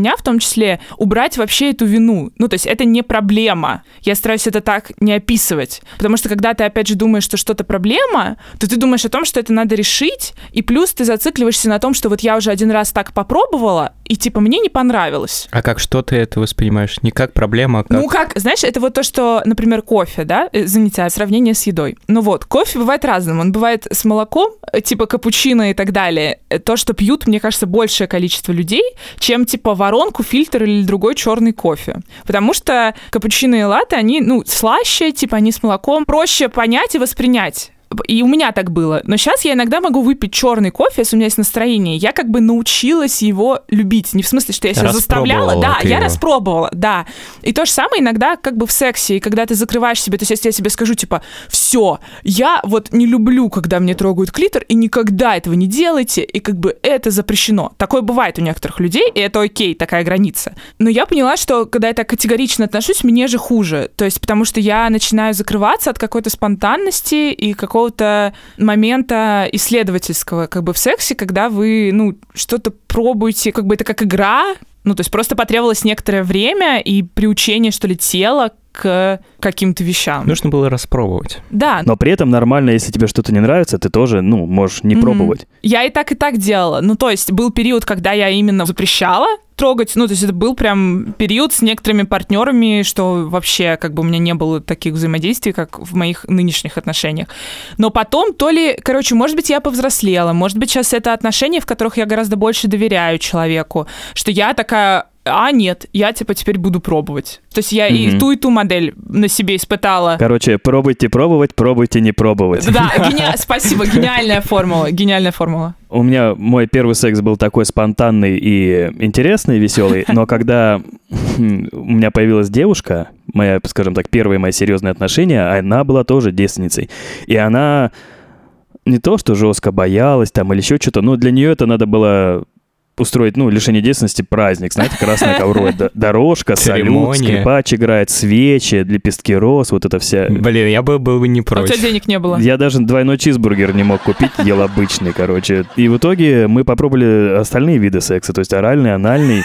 меня в том числе, убрать вообще эту вину. Ну, то есть это не проблема. Я стараюсь это так не описывать. Потому что когда ты, опять же, думаешь, что что-то проблема, то ты думаешь о том, что это надо решить, и плюс ты зацикливаешься на том, что вот я уже один раз так попробовала, и типа мне не понравилось. А как, что ты это воспринимаешь? Не как проблема, а как... Ну, как, знаешь, это вот то, что, например, кофе, да, извините, сравнение с едой. Ну вот, кофе бывает разным. Он бывает с молоком, типа капучино и так далее. То, что пьют, мне кажется, большее количество людей, чем типа воронку, фильтр или другой черный кофе. Потому что капучино и латте, они, ну, слаще, типа они с молоком, проще понять и воспринять. И у меня так было. Но сейчас я иногда могу выпить черный кофе, если у меня есть настроение. Я как бы научилась его любить. Не в смысле, что я себя заставляла. Да, я его. распробовала, да. И то же самое иногда как бы в сексе. И когда ты закрываешь себе, то есть если я себе скажу, типа, все, я вот не люблю, когда мне трогают клитор, и никогда этого не делайте, и как бы это запрещено. Такое бывает у некоторых людей, и это окей, такая граница. Но я поняла, что когда я так категорично отношусь, мне же хуже. То есть потому что я начинаю закрываться от какой-то спонтанности и какого какого-то момента исследовательского как бы в сексе, когда вы, ну, что-то пробуете, как бы это как игра, ну, то есть просто потребовалось некоторое время и приучение, что ли, тела к каким-то вещам. Нужно было распробовать. Да. Но при этом нормально, если тебе что-то не нравится, ты тоже, ну, можешь не mm-hmm. пробовать. Я и так, и так делала. Ну, то есть был период, когда я именно запрещала трогать, ну, то есть это был прям период с некоторыми партнерами, что вообще как бы у меня не было таких взаимодействий, как в моих нынешних отношениях. Но потом то ли, короче, может быть, я повзрослела, может быть, сейчас это отношения, в которых я гораздо больше доверяю человеку, что я такая... А нет, я типа теперь буду пробовать. То есть я mm-hmm. и ту, и ту модель на себе испытала. Короче, пробуйте пробовать, пробуйте не пробовать. Да, гени... спасибо, гениальная формула, гениальная формула. У меня мой первый секс был такой спонтанный и интересный, веселый, но когда у меня появилась девушка, моя, скажем так, первые мои серьезные отношения, она была тоже девственницей. И она не то, что жестко боялась там или еще что-то, но для нее это надо было... устроить, ну, лишение девственности праздник, знаете, красная ковровая дорожка, салют, скрипач играет, свечи, лепестки роз, вот это вся... Блин, я бы был бы не против. А у тебя денег не было? Я даже двойной чизбургер не мог купить, ел обычный, короче. И в итоге мы попробовали остальные виды секса, то есть оральный, анальный.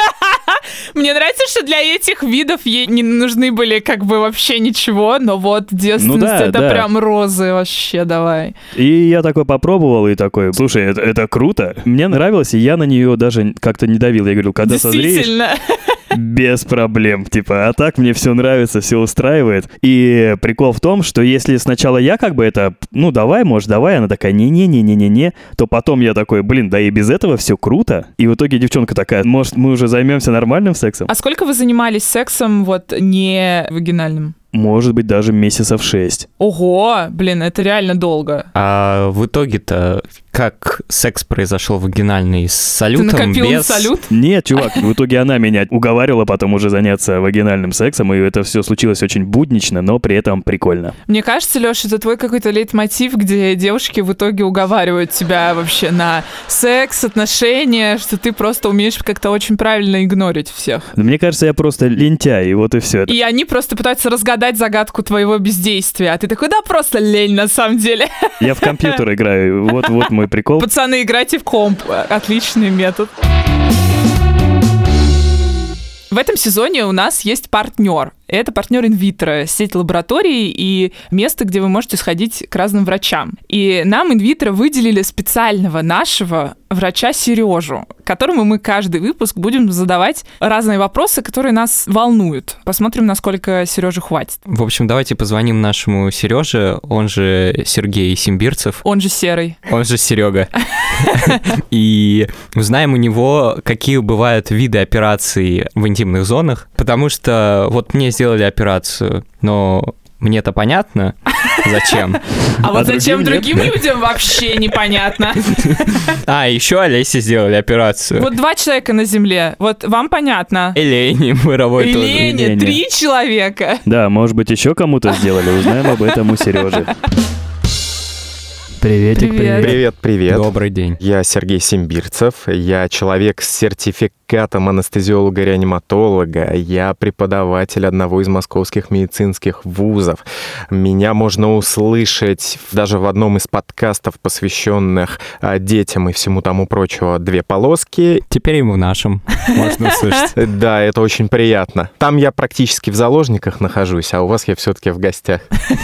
Мне нравится, что для этих видов ей не нужны были как бы вообще ничего, но вот девственность, ну да, это да. Прям розы вообще, давай. И я такой попробовал и такой, слушай, это, это круто. Мне нравилось, и я на нее даже как-то не давил. Я говорил, когда созреешь... Действительно. Без проблем, типа, а так мне все нравится, все устраивает. И прикол в том, что если сначала я как бы это, ну давай, может, давай, она такая, не-не-не-не-не-не, то потом я такой, блин, да и без этого все круто. И в итоге девчонка такая, может, мы уже займемся нормальным сексом? А сколько вы занимались сексом вот не вагинальным? Может быть, даже месяцев шесть. Ого, блин, это реально долго. А в итоге-то как секс произошел вагинальный? С салютом? Ты накопил без... салют? Нет, чувак, в итоге она меня уговаривала потом уже заняться вагинальным сексом, и это все случилось очень буднично, но при этом прикольно. Мне кажется, Лёш, это твой какой-то лейтмотив, где девушки в итоге уговаривают тебя вообще на секс, отношения, что ты просто умеешь как-то очень правильно игнорить всех. Мне кажется, я просто лентяй, и вот и все. И они просто пытаются разгадать загадку твоего бездействия, а ты такой, да просто лень на самом деле. Я в компьютер играю, вот-вот мой прикол. Пацаны, играйте в комп. Отличный метод. В этом сезоне у нас есть партнер. Это партнер инвитро, сеть лабораторий и место, где вы можете сходить к разным врачам. И нам инвитро выделили специального нашего врача Сережу, которому мы каждый выпуск будем задавать разные вопросы, которые нас волнуют. Посмотрим, насколько Сереже хватит. В общем, давайте позвоним нашему Сереже, он же Сергей Симбирцев. Он же Серый. Он же Серега. И узнаем у него, какие бывают виды операций в интимных зонах, потому что вот мне сделали операцию, но мне-то понятно, зачем. А вот зачем другим людям вообще непонятно. А, еще Олесе сделали операцию. Вот два человека на земле, вот вам понятно. И Лене Мыровой тоже. И Лене, три человека. Да, может быть, еще кому-то сделали, узнаем об этом у Сережи. Приветик, Привет. привет. Привет, привет. Добрый день. Я Сергей Симбирцев, я человек с сертификатом анестезиолога-реаниматолога, я преподаватель одного из московских медицинских вузов. Меня можно услышать даже в одном из подкастов, посвященных а, детям и всему тому прочему, «Две полоски». Теперь и в нашем можно услышать. Да, это очень приятно. Там я практически в заложниках нахожусь, а у вас я все-таки в гостях.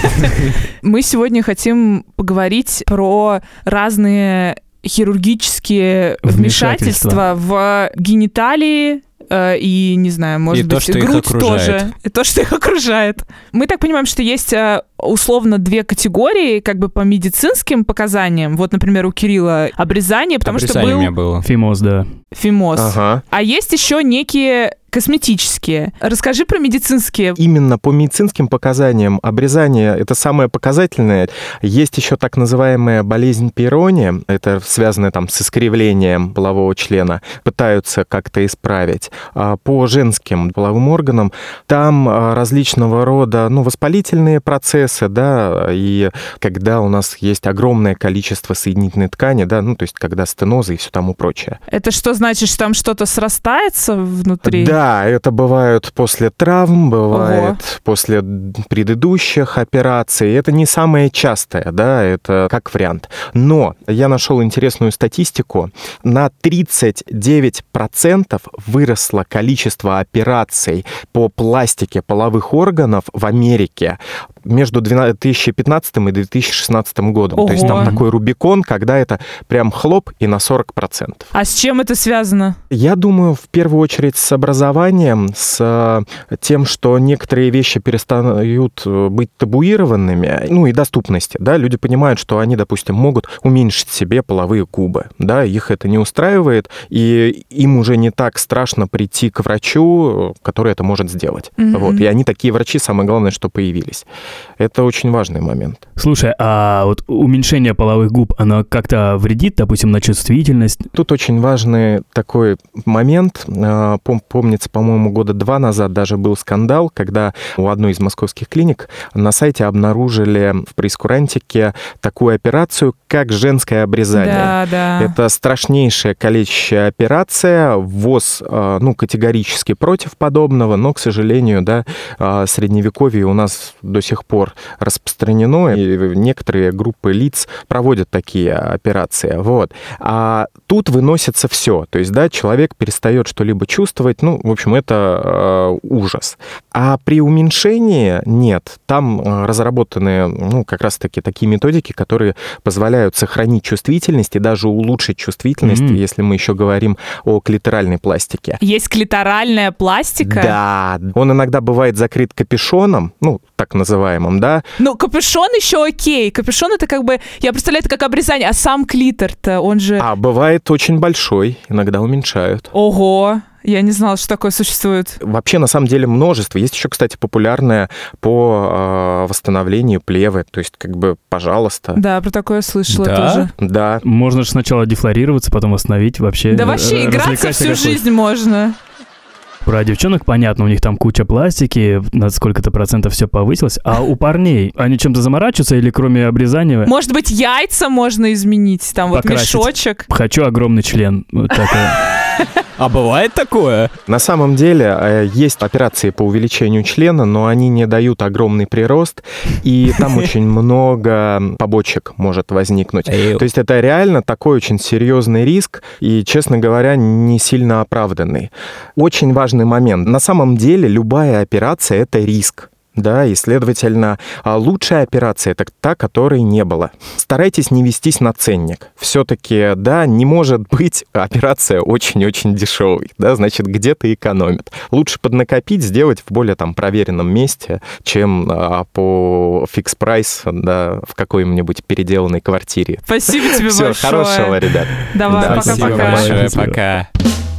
Мы сегодня хотим поговорить про разные хирургические Вмешательства. вмешательства в гениталии, э, и, не знаю, может И быть, то, что их грудь окружает. тоже. И то, что их окружает. Мы так понимаем, что есть э, условно две категории, как бы по медицинским показаниям. Вот, например, у Кирилла обрезание, потому Обрезание что у был меня было. Фимоз, да. фимоз. Ага. А есть еще некие косметические. Расскажи про медицинские. Именно по медицинским показаниям обрезание — это самое показательное. Есть еще так называемая болезнь Пейрони, это связано там с искривлением полового члена, пытаются как-то исправить. А по женским половым органам там а, различного рода, ну, воспалительные процессы, да, и когда у нас есть огромное количество соединительной ткани, да, ну, то есть когда стенозы и все тому прочее. Это что значит, что там что-то срастается внутри? Да, это бывают после травм, бывает Ого. после предыдущих операций. Это не самое частое, да, это как вариант. Но я нашел интересную статистику. На тридцать девять процентов выросло количество операций по пластике половых органов в Америке между две тысячи пятнадцатым и две тысячи шестнадцатым годом. Ого. То есть там такой Рубикон, когда это прям хлоп и на сорок процентов. А с чем это связано? Я думаю, в первую очередь с образованием, с э, тем, что некоторые вещи перестают э, быть табуированными, ну и доступности, да, люди понимают, что они, допустим, могут уменьшить себе половые губы, да, их это не устраивает, и им уже не так страшно прийти к врачу, который это может сделать. Мгм. Вот, и они такие врачи, самое главное, что появились. Это очень важный момент. Слушай, а вот уменьшение половых губ, оно как-то вредит, допустим, на чувствительность? Тут очень важный такой момент. А, пом- Помнится, по-моему, года два назад даже был скандал, когда у одной из московских клиник на сайте обнаружили в прейскурантике такую операцию, как женское обрезание. Да, да. Это страшнейшая калечащая операция. ВОЗ, а, ну, категорически против подобного, но, к сожалению, да, а, средневековье у нас до сих пор распространено, и некоторые группы лиц проводят такие операции. Вот. А тут выносится все. То есть, да, человек перестает что-либо чувствовать. Ну, в общем, это э, ужас. А при уменьшении нет. Там э, разработаны, ну, как раз-таки такие методики, которые позволяют сохранить чувствительность и даже улучшить чувствительность, Мгм. если мы еще говорим о клиторальной пластике. Есть клиторальная пластика? Да, он иногда бывает закрыт капюшоном, ну, так называемым, да. Ну, капюшон еще окей. Капюшон это как бы, я представляю, это как обрезание, а сам клитор-то, он же... А бывает очень большой, иногда уменьшают. Ого, я не знала, что такое существует. Вообще, на самом деле, множество. Есть еще, кстати, популярное по э, восстановлению плевы. То есть, как бы, пожалуйста. Да, про такое слышала Да? тоже. Да. Можно же сначала дефлорироваться, потом восстановить вообще. Да э, вообще играться развлекайся всю как хочешь. жизнь можно. Про девчонок понятно, у них там куча пластики, на сколько-то процентов все повысилось. А у парней, они чем-то заморачиваются или кроме обрезания? Может быть, яйца можно изменить, там вот Покрасить. мешочек. Хочу огромный член. Вот такое. А бывает такое? На самом деле, э, есть операции по увеличению члена, но они не дают огромный прирост, и там очень много побочек может возникнуть. Эйу. То есть это реально такой очень серьезный риск и, честно говоря, не сильно оправданный. Очень важный момент. На самом деле любая операция — это риск. Да, и, следовательно, а, лучшая операция — это та, которой не было. Старайтесь не вестись на ценник. Все-таки, да, не может быть операция очень-очень дешевой, да, значит, где-то экономят. Лучше поднакопить, сделать в более там проверенном месте, чем а, по фикс-прайс, да, в какой-нибудь переделанной квартире. Спасибо тебе Все, большое. хорошего, ребят. Давай, Да, Спасибо пока-пока. большое, Спасибо. пока.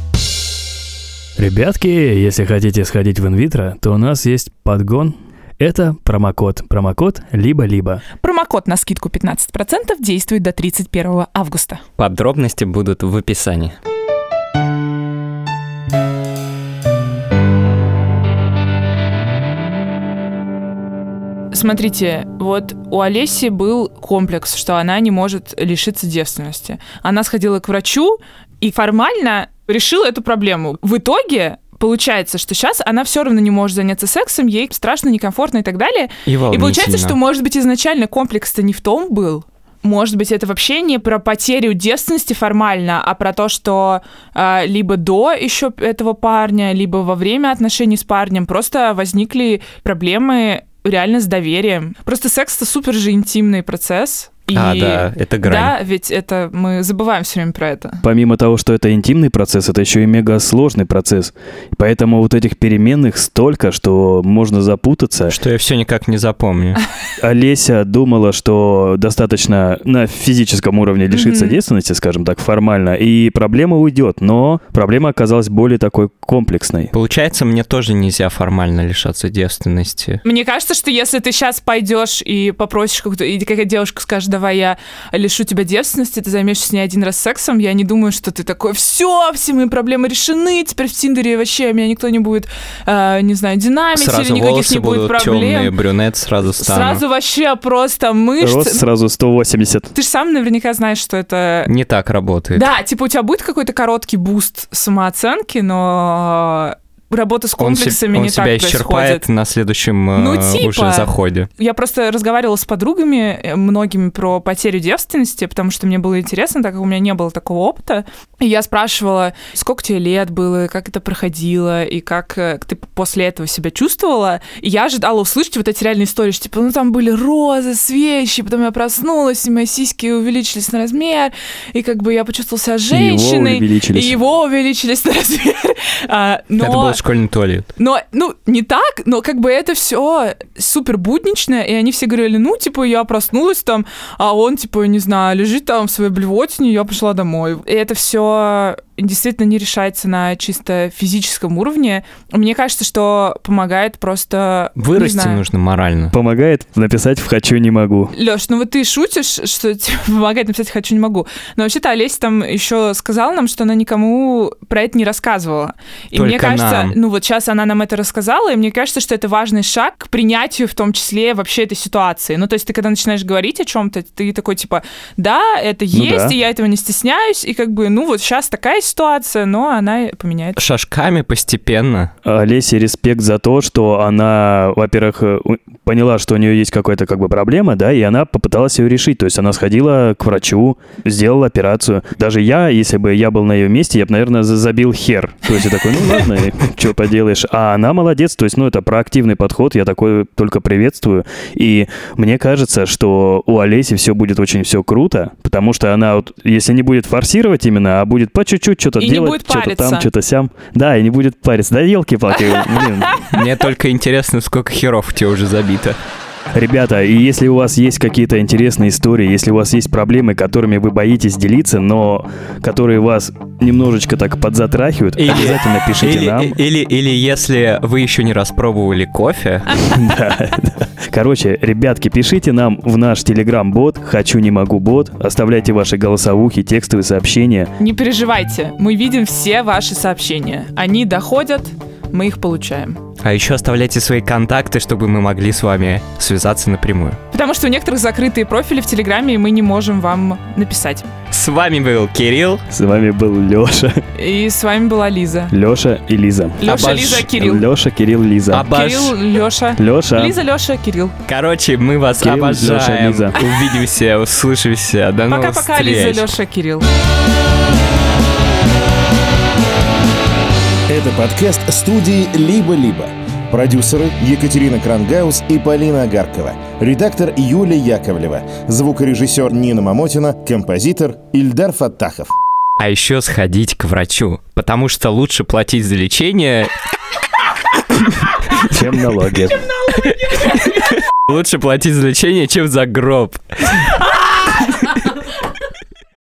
Ребятки, если хотите сходить в инвитро, то у нас есть подгон. Это промокод. Промокод либо-либо. Промокод на скидку пятнадцать процентов действует до тридцать первого августа. Подробности будут в описании. Смотрите, вот у Олеси был комплекс, что она не может лишиться девственности. Она сходила к врачу и формально решила эту проблему. В итоге получается, что сейчас она все равно не может заняться сексом, ей страшно, некомфортно и так далее. И волнительно. И получается, что, может быть, изначально комплекс-то не в том был. Может быть, это вообще не про потерю девственности формально, а про то, что э, либо до еще этого парня, либо во время отношений с парнем просто возникли проблемы реально с доверием. Просто секс — это супер же интимный процесс. И, а, да, это грань. Да, ведь это мы забываем все время про это. Помимо того, что это интимный процесс, это еще и мега сложный процесс. Поэтому вот этих переменных столько, что можно запутаться. Что я все никак не запомню. Олеся думала, что достаточно на физическом уровне лишиться mm-hmm. девственности, скажем так, формально, и проблема уйдет. Но проблема оказалась более такой комплексной. Получается, мне тоже нельзя формально лишаться девственности. Мне кажется, что если ты сейчас пойдешь и попросишь какую-то, и какая-то девушка скажет: давай я лишу тебя девственности, ты займешься с ней один раз сексом, я не думаю, что ты такой: все, все мои проблемы решены, теперь в Тиндере вообще меня никто не будет, э, не знаю, динамить, сразу или никаких не будет проблем. Сразу темные, брюнет сразу стану. Сразу вообще просто мышцы. Рост сразу сто восемьдесят. Ты же сам наверняка знаешь, что это... Не так работает. Да, типа у тебя будет какой-то короткий буст самооценки, но... Работа с комплексами он не себя так исчерпает происходит. На следующем ну, типа, уже заходе. Я просто разговаривала с подругами многими про потерю девственности, потому что мне было интересно, так как у меня не было такого опыта. И я спрашивала, сколько тебе лет было, как это проходило, и как ты после этого себя чувствовала. И я ожидала услышать вот эти реальные истории, что типа, ну там были розы, свечи, потом я проснулась, и мои сиськи увеличились на размер, и как бы я почувствовала себя женщиной. И его увеличились. И его увеличились на размер. А, но... Это был школьный туалет. Но, ну, не так, но как бы это все супер буднично, и они все говорили, ну, типа, я проснулась там, а он, типа, не знаю, лежит там в своей блевотине, я пришла домой. И это все действительно не решается на чисто физическом уровне. Мне кажется, что помогает просто... Вырасти нужно морально. Помогает написать в «хочу, не могу». Лёш, ну вот ты шутишь, что тебе помогает написать «хочу, не могу». Но вообще-то Олеся там еще сказала нам, что она никому про это не рассказывала. И Только мне кажется, нам. ну вот сейчас она нам это рассказала, и мне кажется, что это важный шаг к принятию в том числе вообще этой ситуации. Ну то есть ты когда начинаешь говорить о чем-то, ты такой типа, да, это ну есть, да. и я этого не стесняюсь, и как бы, ну вот сейчас такая ситуация, но она поменяется. Шажками постепенно. Олесе респект за то, что она, во-первых, поняла, что у нее есть какая-то как бы проблема, да, и она попыталась ее решить. То есть она сходила к врачу, сделала операцию. Даже я, если бы я был на ее месте, я бы, наверное, забил хер. То есть я такой, ну ладно, что поделаешь. А она молодец, то есть, ну, это проактивный подход, я такой только приветствую. И мне кажется, что у Олеси все будет очень все круто, потому что она, вот, если не будет форсировать именно, а будет по чуть-чуть что-то и делать, что-то там, что-то сям. Да, и не будет париться. Да, елки-палки, блин. Мне только интересно, сколько херов у тебя уже забито. Ребята, и если у вас есть какие-то интересные истории, если у вас есть проблемы, которыми вы боитесь делиться, но которые вас немножечко так подзатрахивают, или, обязательно пишите или, нам. Или, или если вы еще не раз пробовали кофе. Да. Короче, ребятки, пишите нам в наш телеграм-бот «Хочу, не могу бот», оставляйте ваши голосовухи, текстовые сообщения. Не переживайте, мы видим все ваши сообщения. Они доходят, мы их получаем. А еще оставляйте свои контакты, чтобы мы могли с вами связаться напрямую. Потому что у некоторых закрытые профили в Телеграме, и мы не можем вам написать. С вами был Кирилл. С вами был Леша. И с вами была Лиза. Леша и Лиза. Леша, Обож... Лиза, Кирилл. Леша, Кирилл, Лиза. Обож... Кирилл, Леша. Леша. Лиза, Леша, Кирилл. Короче, мы вас Кирилл, обожаем. Леша, Лиза. Увидимся, услышимся. До новых встреч. Пока-пока, Лиза, Леша, Кирилл. Это подкаст студии «Либо-либо». Продюсеры Екатерина Крангаус и Полина Агаркова. Редактор Юлия Яковлева. Звукорежиссер Нина Мамотина. Композитор Ильдар Фаттахов. А еще сходить к врачу, потому что лучше платить за лечение... Чем налоги. Лучше платить за лечение, чем за гроб.